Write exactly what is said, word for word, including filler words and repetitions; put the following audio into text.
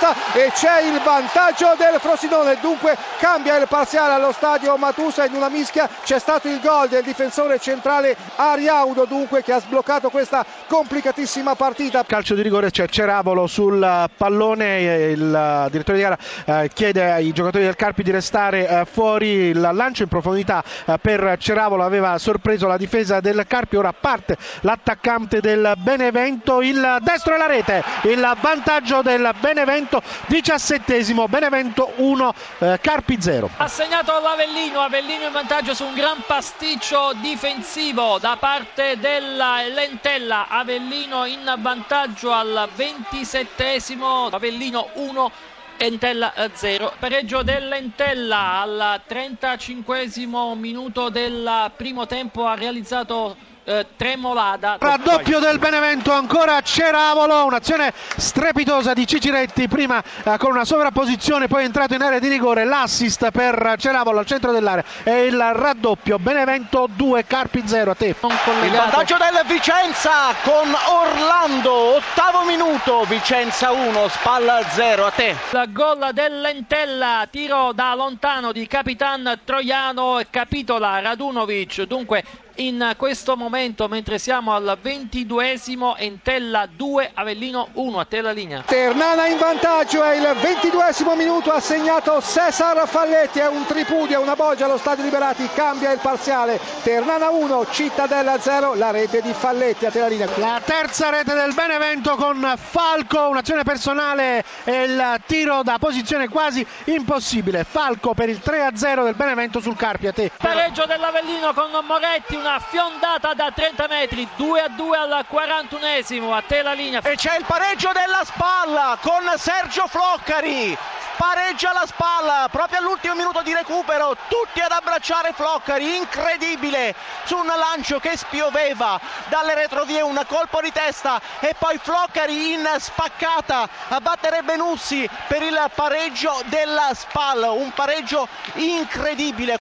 testa e c'è il vantaggio del Frosinone. Dunque cambia il parziale allo stadio Matusa, in una mischia c'è stato il gol del difensore centrale Ariaudo, dunque, che ha sbloccato questa complicatissima partita. Calcio di rigore, c'è Ceravolo sul pallone, il direttore di gara eh, chiede ai giocatori del Carpi di restare eh, fuori. Il lancio in profondità eh, per Ceravolo aveva sorpreso la difesa del Carpi. Ora parte l'attaccante del Benevento, il destro e la rete, il vantaggio del Benevento. Diciassettesimo, Benevento uno, eh, Carpi zero. Ha segnato l'Avellino, Avellino in vantaggio su un gran pasticcio difensivo da parte della Lentella. Avellino in vantaggio al ventisettesimo, Avellino uno, Entella zero. Pareggio dell'Entella al trentacinquesimo minuto del primo tempo, ha realizzato eh, Tremolada. Raddoppio del Benevento, ancora Ceravolo, un'azione strepitosa di Ciciretti, prima eh, con una sovrapposizione, poi è entrato in area di rigore, l'assist per Ceravolo al centro dell'area e il raddoppio. Benevento due, Carpi zero. A te. Il vantaggio del Vicenza con Orlando, ottavo minuto, Vicenza uno, Spalla zero. A te. Il gol dell'Entella, tiro da lontano di Capitan Troiano e capitola Radunovic. Dunque in questo momento, mentre siamo al ventiduesimo, Entella due, Avellino uno. A te la linea. Ternana in vantaggio, è il ventiduesimo minuto, ha segnato Cesar Falletti, è un tripudio, una boggia allo Stadio Liberati, cambia il parziale. Ternana uno, Cittadella zero, la rete di Falletti. A te la linea. La terza rete del Benevento con Falco, un'azione personale e il tiro da posizione quasi impossibile. Falco per il tre a zero del Benevento sul Carpi. A te. Pareggio dell'Avellino con Moretti, una fiondata da trenta metri, due a due al quarantunesimo. A te la linea. E c'è il pareggio della Spalla con Sergio Floccari, pareggia la Spalla proprio all'ultimo minuto di recupero, tutti ad abbracciare Floccari, incredibile, su un lancio che spioveva dalle retrovie, un colpo di testa e poi Floccari in spaccata a battere Benussi per il pareggio della Spalla, un pareggio incredibile.